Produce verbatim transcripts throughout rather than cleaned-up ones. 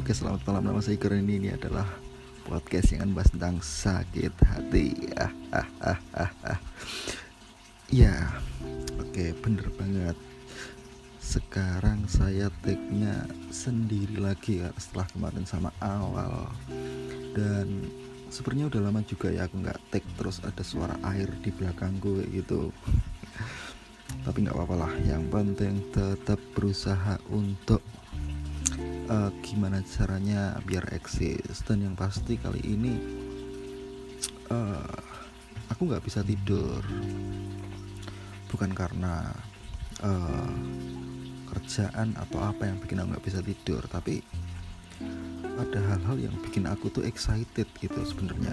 Oke, selamat malam, nama saya Ikrar. Ini, ini adalah podcast yang akan bahas tentang sakit hati. Ah, ah, ah, ah, ah. Ya, oke, bener banget. Sekarang saya take-nya sendiri lagi ya, setelah kemarin sama awal. Dan sebenarnya udah lama juga ya aku nggak take, terus ada suara air di belakang gue gitu. Tapi nggak apa-apa lah, yang penting tetap berusaha untuk uh, gimana caranya biar eksis. Dan yang pasti kali ini uh, aku nggak bisa tidur, bukan karena uh, kerjaan atau apa yang bikin aku nggak bisa tidur, tapi ada hal-hal yang bikin aku tuh excited gitu sebenarnya.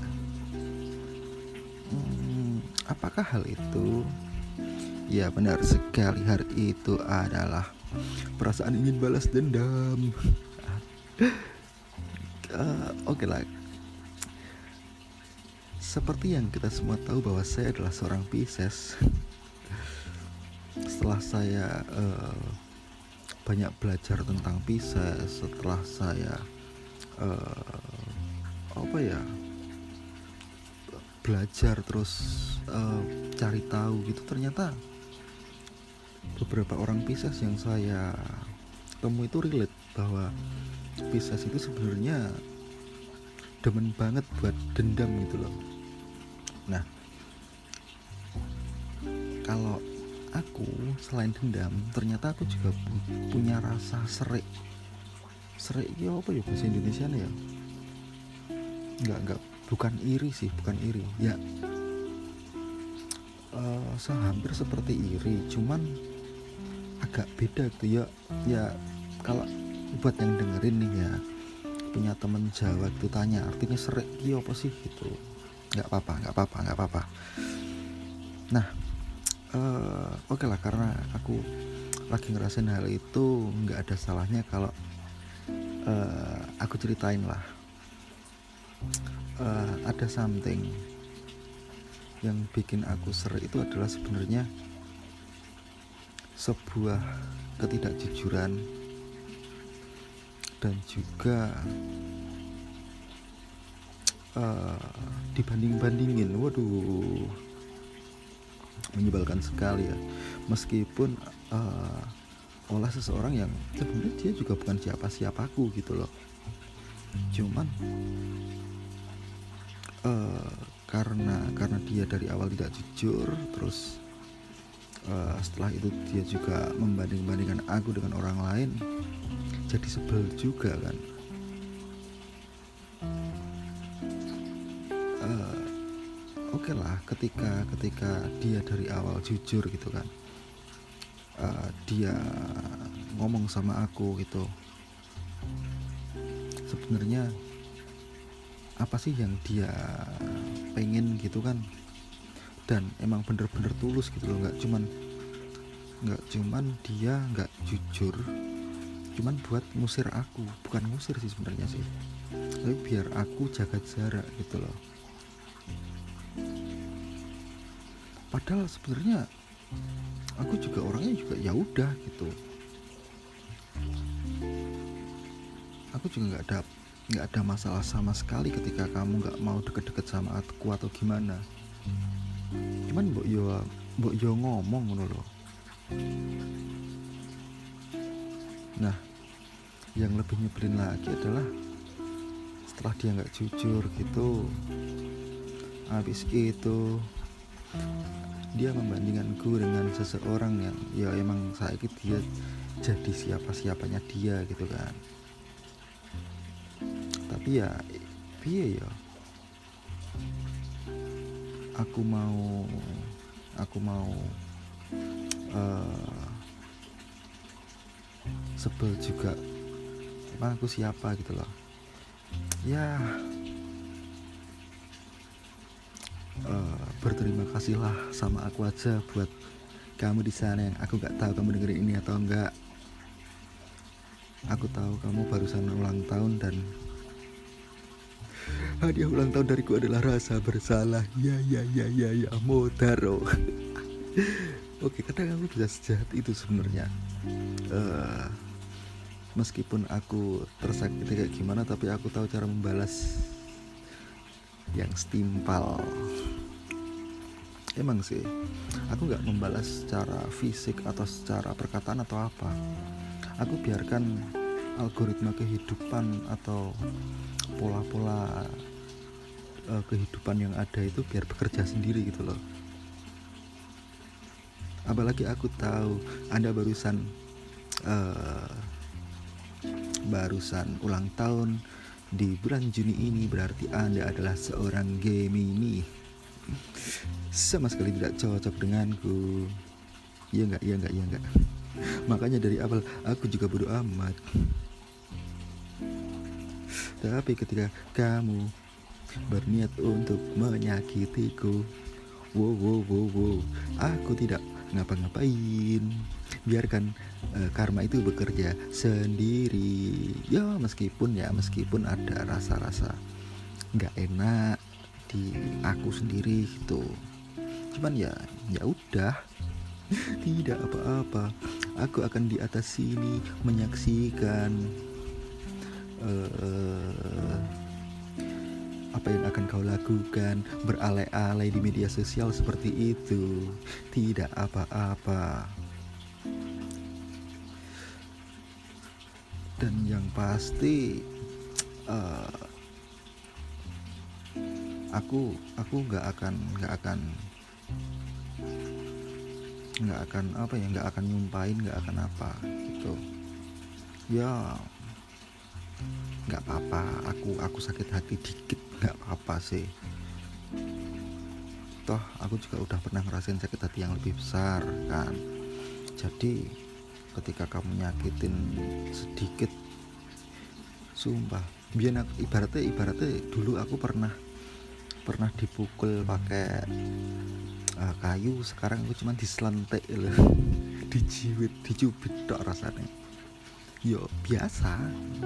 Hmm, apakah hal itu? Ya benar sekali, hari itu adalah perasaan ingin balas dendam. uh, Oke okay lah, seperti yang kita semua tahu bahwa saya adalah seorang Pisces. Setelah saya uh, banyak belajar tentang Pisces, setelah saya uh, apa ya belajar terus uh, cari tahu gitu, ternyata beberapa orang Pisces yang saya temui itu relate bahwa Pisces itu sebenarnya demen banget buat dendam gitu loh. Nah, kalau aku selain dendam, ternyata aku juga punya rasa serik. Serik itu apa ya bahasa Indonesia ya? Enggak, enggak, bukan iri sih, bukan iri. Ya, uh, sehampir seperti iri, cuman agak beda gitu ya. Ya kalau buat yang dengerin nih ya, punya temen Jawa gitu tanya artinya serik itu apa sih gitu, nggak apa-apa, nggak apa-apa, nggak apa-apa. Nah, uh, oke okay lah, karena aku lagi ngerasain hal itu, nggak ada salahnya kalau uh, aku ceritain lah. Uh, ada something yang bikin aku serik itu adalah sebenarnya sebuah ketidakjujuran dan juga uh, dibanding-bandingin. Waduh, menyebalkan sekali ya. Meskipun uh, oleh seseorang yang sebenarnya dia juga bukan siapa-siapaku gitu loh. Cuman uh, karena karena dia dari awal tidak jujur, terus Uh, setelah itu dia juga membanding-bandingkan aku dengan orang lain, jadi sebel juga kan. uh, Oke okay lah, ketika ketika dia dari awal jujur gitu kan, uh, dia ngomong sama aku gitu, sebenarnya apa sih yang dia pengen gitu kan, dan emang bener-bener tulus gitu loh, nggak cuman nggak cuman dia nggak jujur cuman buat ngusir aku, bukan ngusir sih sebenarnya sih, tapi biar aku jaga jarak gitu loh. Padahal sebenarnya aku juga orangnya juga ya udah gitu, aku juga nggak ada nggak ada masalah sama sekali ketika kamu nggak mau deket-deket sama aku atau gimana. Cuman mbok yo mbok yo ngomong ngono loh. Nah, yang lebih nyebelin lagi adalah setelah dia nggak jujur gitu, habis itu dia membandingkanku dengan seseorang yang ya emang saiki dia jadi siapa-siapanya dia gitu kan. Tapi ya piye ya, aku mau aku mau uh, sebel juga, emang aku siapa gitu loh ya. Uh, berterima kasihlah sama aku aja buat kamu di sana yang aku nggak tahu kamu dengerin ini atau enggak. Aku tahu kamu barusan ulang tahun dan hadiah ulang tahun dariku adalah rasa bersalah. Ya ya ya ya ya Motaro. Oke, kadang aku bisa sejahat itu sebenarnya. Uh, Meskipun aku tersakiti kayak gimana, tapi aku tahu cara membalas yang setimpal. Emang sih, aku gak membalas secara fisik atau secara perkataan atau apa. Aku biarkan algoritma kehidupan atau pola-pola uh, kehidupan yang ada itu biar bekerja sendiri gitu loh. Apalagi aku tahu Anda barusan uh, barusan ulang tahun di bulan Juni ini, berarti Anda adalah seorang Gemini. Sama sekali tidak cocok denganku. Iya enggak, iya enggak, iya enggak. Makanya dari awal aku juga bodo amat. Tapi ketika kamu berniat untuk menyakitiku, wow wow wow wow, aku tidak ngapa-ngapain. Biarkan uh, karma itu bekerja sendiri. Ya meskipun ya meskipun ada rasa-rasa nggak enak di aku sendiri gitu. Cuman ya ya udah, tidak apa-apa. Aku akan di atas sini menyaksikan uh, apa yang akan kau lakukan, beralay-alay di media sosial seperti itu. Tidak apa-apa. Dan yang pasti uh, aku aku nggak akan nggak akan nggak akan apa ya nggak akan nyumpain, nggak akan apa gitu ya. Nggak apa-apa, aku aku sakit hati dikit nggak apa-apa sih. Toh aku juga udah pernah ngerasain sakit hati yang lebih besar kan. Jadi ketika kamu nyakitin sedikit, sumpah biar aku, ibaratnya ibaratnya dulu aku pernah pernah dipukul pakai uh, kayu, sekarang aku cuma diselentik loh. Dijiwit, dicubit tok rasanya. Yo biasa.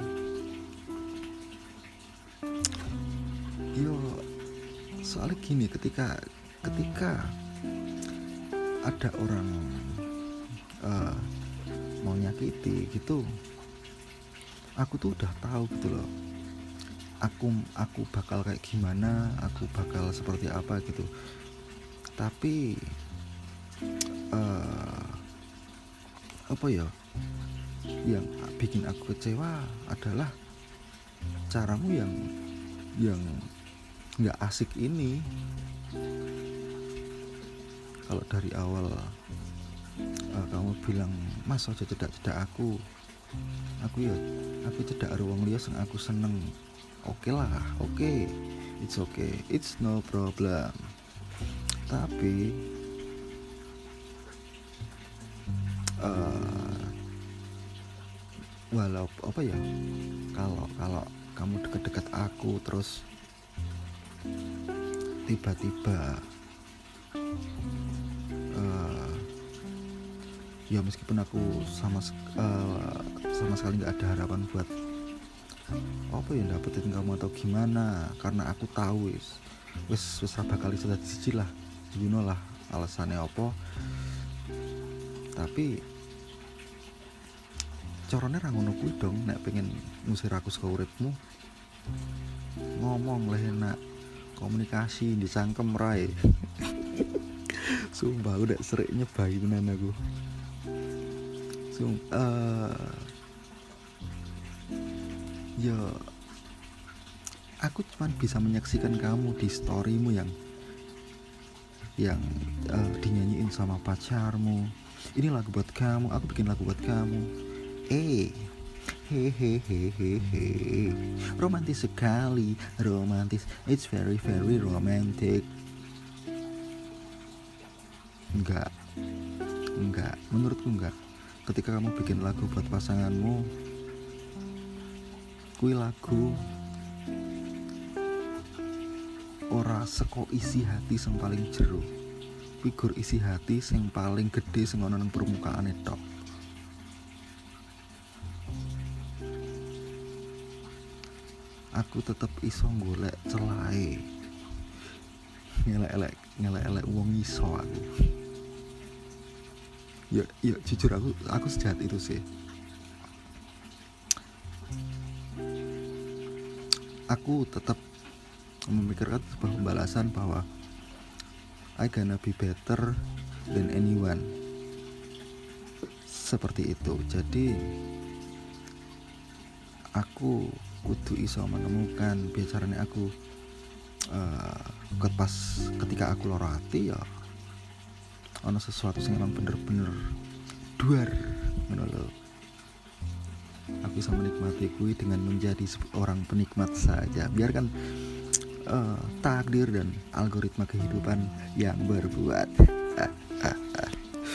Yo soalnya gini, ketika ketika ada orang uh, mau nyakiti gitu, aku tuh udah tahu gitu loh. Aku aku bakal kayak gimana, aku bakal seperti apa gitu. Tapi uh, apa ya? Yang bikin aku kecewa adalah caramu yang yang nggak asik ini. Kalau dari awal uh, kamu bilang, mas aja cedak-cedak aku, aku ya aku cedak karo wong liya sing aku seneng. Oke okay lah, oke, okay. It's okay, it's no problem. Tapi uh, walau apa ya, kalau kalau kamu dekat-dekat aku terus tiba-tiba uh, ya meskipun aku sama uh, sama sekali nggak ada harapan buat apa ya dapetin kamu atau gimana, karena aku tahu wis wis wis bakal iso dadi siji lah, you know lah alasannya apa. Tapi carane ra ngono kuwi dong. Nek pengen ngusir aku saka uripmu, ngomong lah enak, komunikasi dicangkem rae. Sumpah udah sering nyebai tenan aku. Sumpah uh, ya aku cuma bisa menyaksikan kamu di storymu yang yang uh, dinyanyiin sama pacarmu. Ini lagu buat kamu, aku bikin lagu buat kamu. Eh, hehehehehe, romantis sekali, romantis. It's very very romantic. Enggak, enggak, menurutku enggak. Ketika kamu bikin lagu buat pasanganmu, kui lagu ora seko isi hati sing paling jero, figur isi hati sing paling gede sing ana nang permukaane tok. Aku tetep iso golek celahe, ngelek-elek ngelek-elek wong iso aku. Ya, ya jujur aku aku sejahat itu sih. aku tetap memikirkan sebuah pembalasan bahwa I gonna be better than anyone, seperti itu. Jadi aku kudu iso menemukan bicaranya aku uh, pas ketika aku loro ati ya ono sesuatu yang emang bener-bener duar ngono lho. Aku bisa menikmati kui dengan menjadi seorang penikmat saja. Biarkan uh, takdir dan algoritma kehidupan yang berbuat. Ah, ah, ah.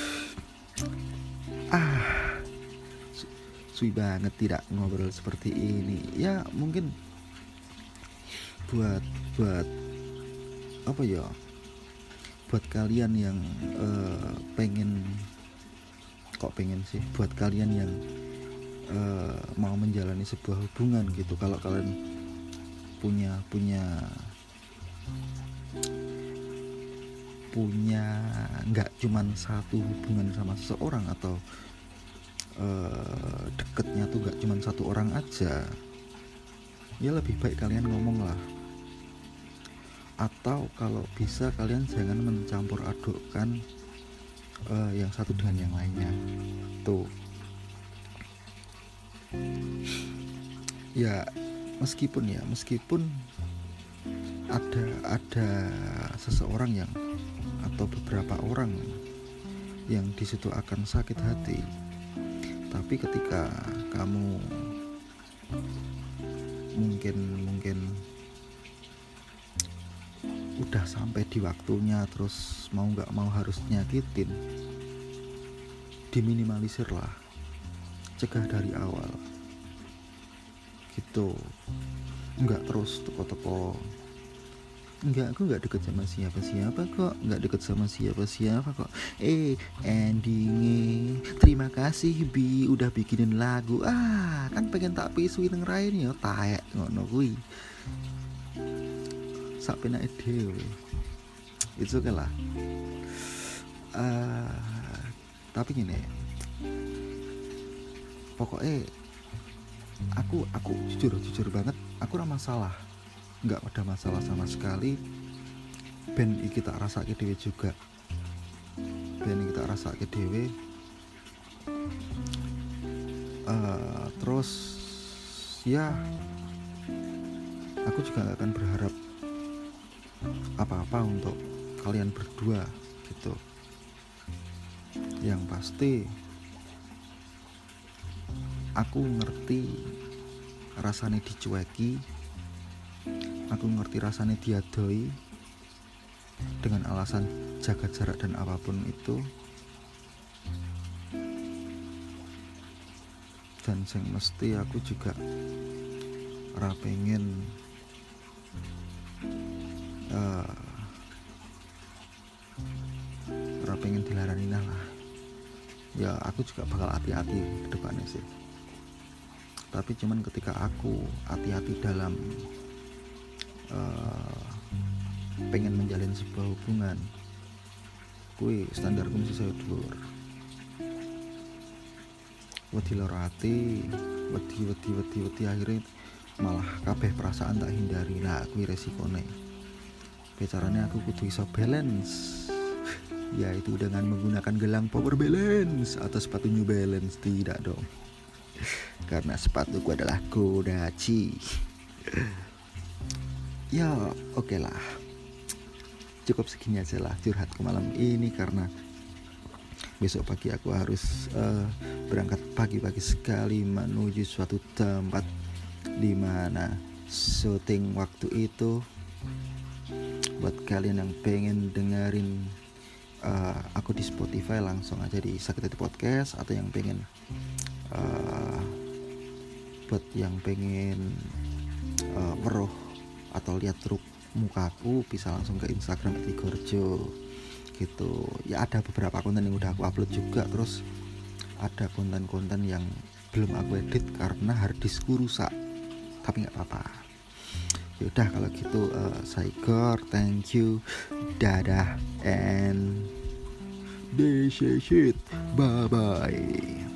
ah. Suwi banget tidak ngobrol seperti ini. Ya mungkin buat buat apa ya? Buat kalian yang uh, pengen kok pengen sih buat kalian yang uh, mau menjalani sebuah hubungan gitu. Kalau kalian punya punya punya nggak cuman satu hubungan sama seseorang atau uh, deketnya tuh nggak cuman satu orang aja, ya lebih baik kalian ngomong lah. Atau kalau bisa kalian jangan mencampur adukkan uh, yang satu dengan yang lainnya tuh. Ya meskipun ya meskipun ada ada seseorang yang atau beberapa orang yang di situ akan sakit hati, tapi ketika kamu mungkin mungkin udah sampai di waktunya terus mau nggak mau harus nyakitin, diminimalisir lah, cegah dari awal gitu. Nggak terus teko-teko, enggak, aku nggak deket sama siapa-siapa kok, nggak deket sama siapa-siapa kok. Eh, endingnya terima kasih Bi udah bikinin lagu. Ah, kan pengen tak pisui nang rain ya, taek ngono kuwi. Sak penake dhewe. Itu kan lah. Uh, tapi gini, pokoknya aku aku jujur jujur banget, aku ora masalah. Nggak ada masalah sama sekali. Ben iki tak rasake dhewe juga. Ben iki tak rasake dhewe. Uh, terus ya aku juga gak akan berharap apa-apa untuk kalian berdua gitu. Yang pasti aku ngerti rasanya dicueki, aku ngerti rasanya diadoi dengan alasan jaga jarak dan apapun itu. Dan sing mesti aku juga ora pengen uh, ora pengen dilarani lah. Ya aku juga bakal hati-hati ke depannya sih. Tapi cuman ketika aku hati-hati dalam uh, pengen menjalin sebuah hubungan, kui standarku mesti saya dhuwur. Wedi loro ati, wedi wedi wedi wedi akhirnya malah kabeh perasaan tak hindari. Nah, kui resikone. Bicaranya aku kudu iso balance, yaitu dengan menggunakan gelang power balance atau sepatu New Balance. Tidak dong, karena sepatuku adalah Kodachi. Ya oke okay lah, cukup segini aja lah curhatku malam ini, karena besok pagi aku harus uh, berangkat pagi-pagi sekali menuju suatu tempat di mana syuting waktu itu. Buat kalian yang pengen dengerin uh, aku di Spotify, langsung aja di Sakit Hati Podcast. Atau yang pengen uh, buat yang pengen uh, weruh atau lihat truk mukaku, bisa langsung ke Instagram at igorjo gitu. Ya ada beberapa konten yang udah aku upload juga, terus ada konten-konten yang belum aku edit karena harddiskku rusak, tapi nggak apa-apa. Yaudah kalau gitu, uh, saya Igor, thank you, dadah, and this is it, bye bye.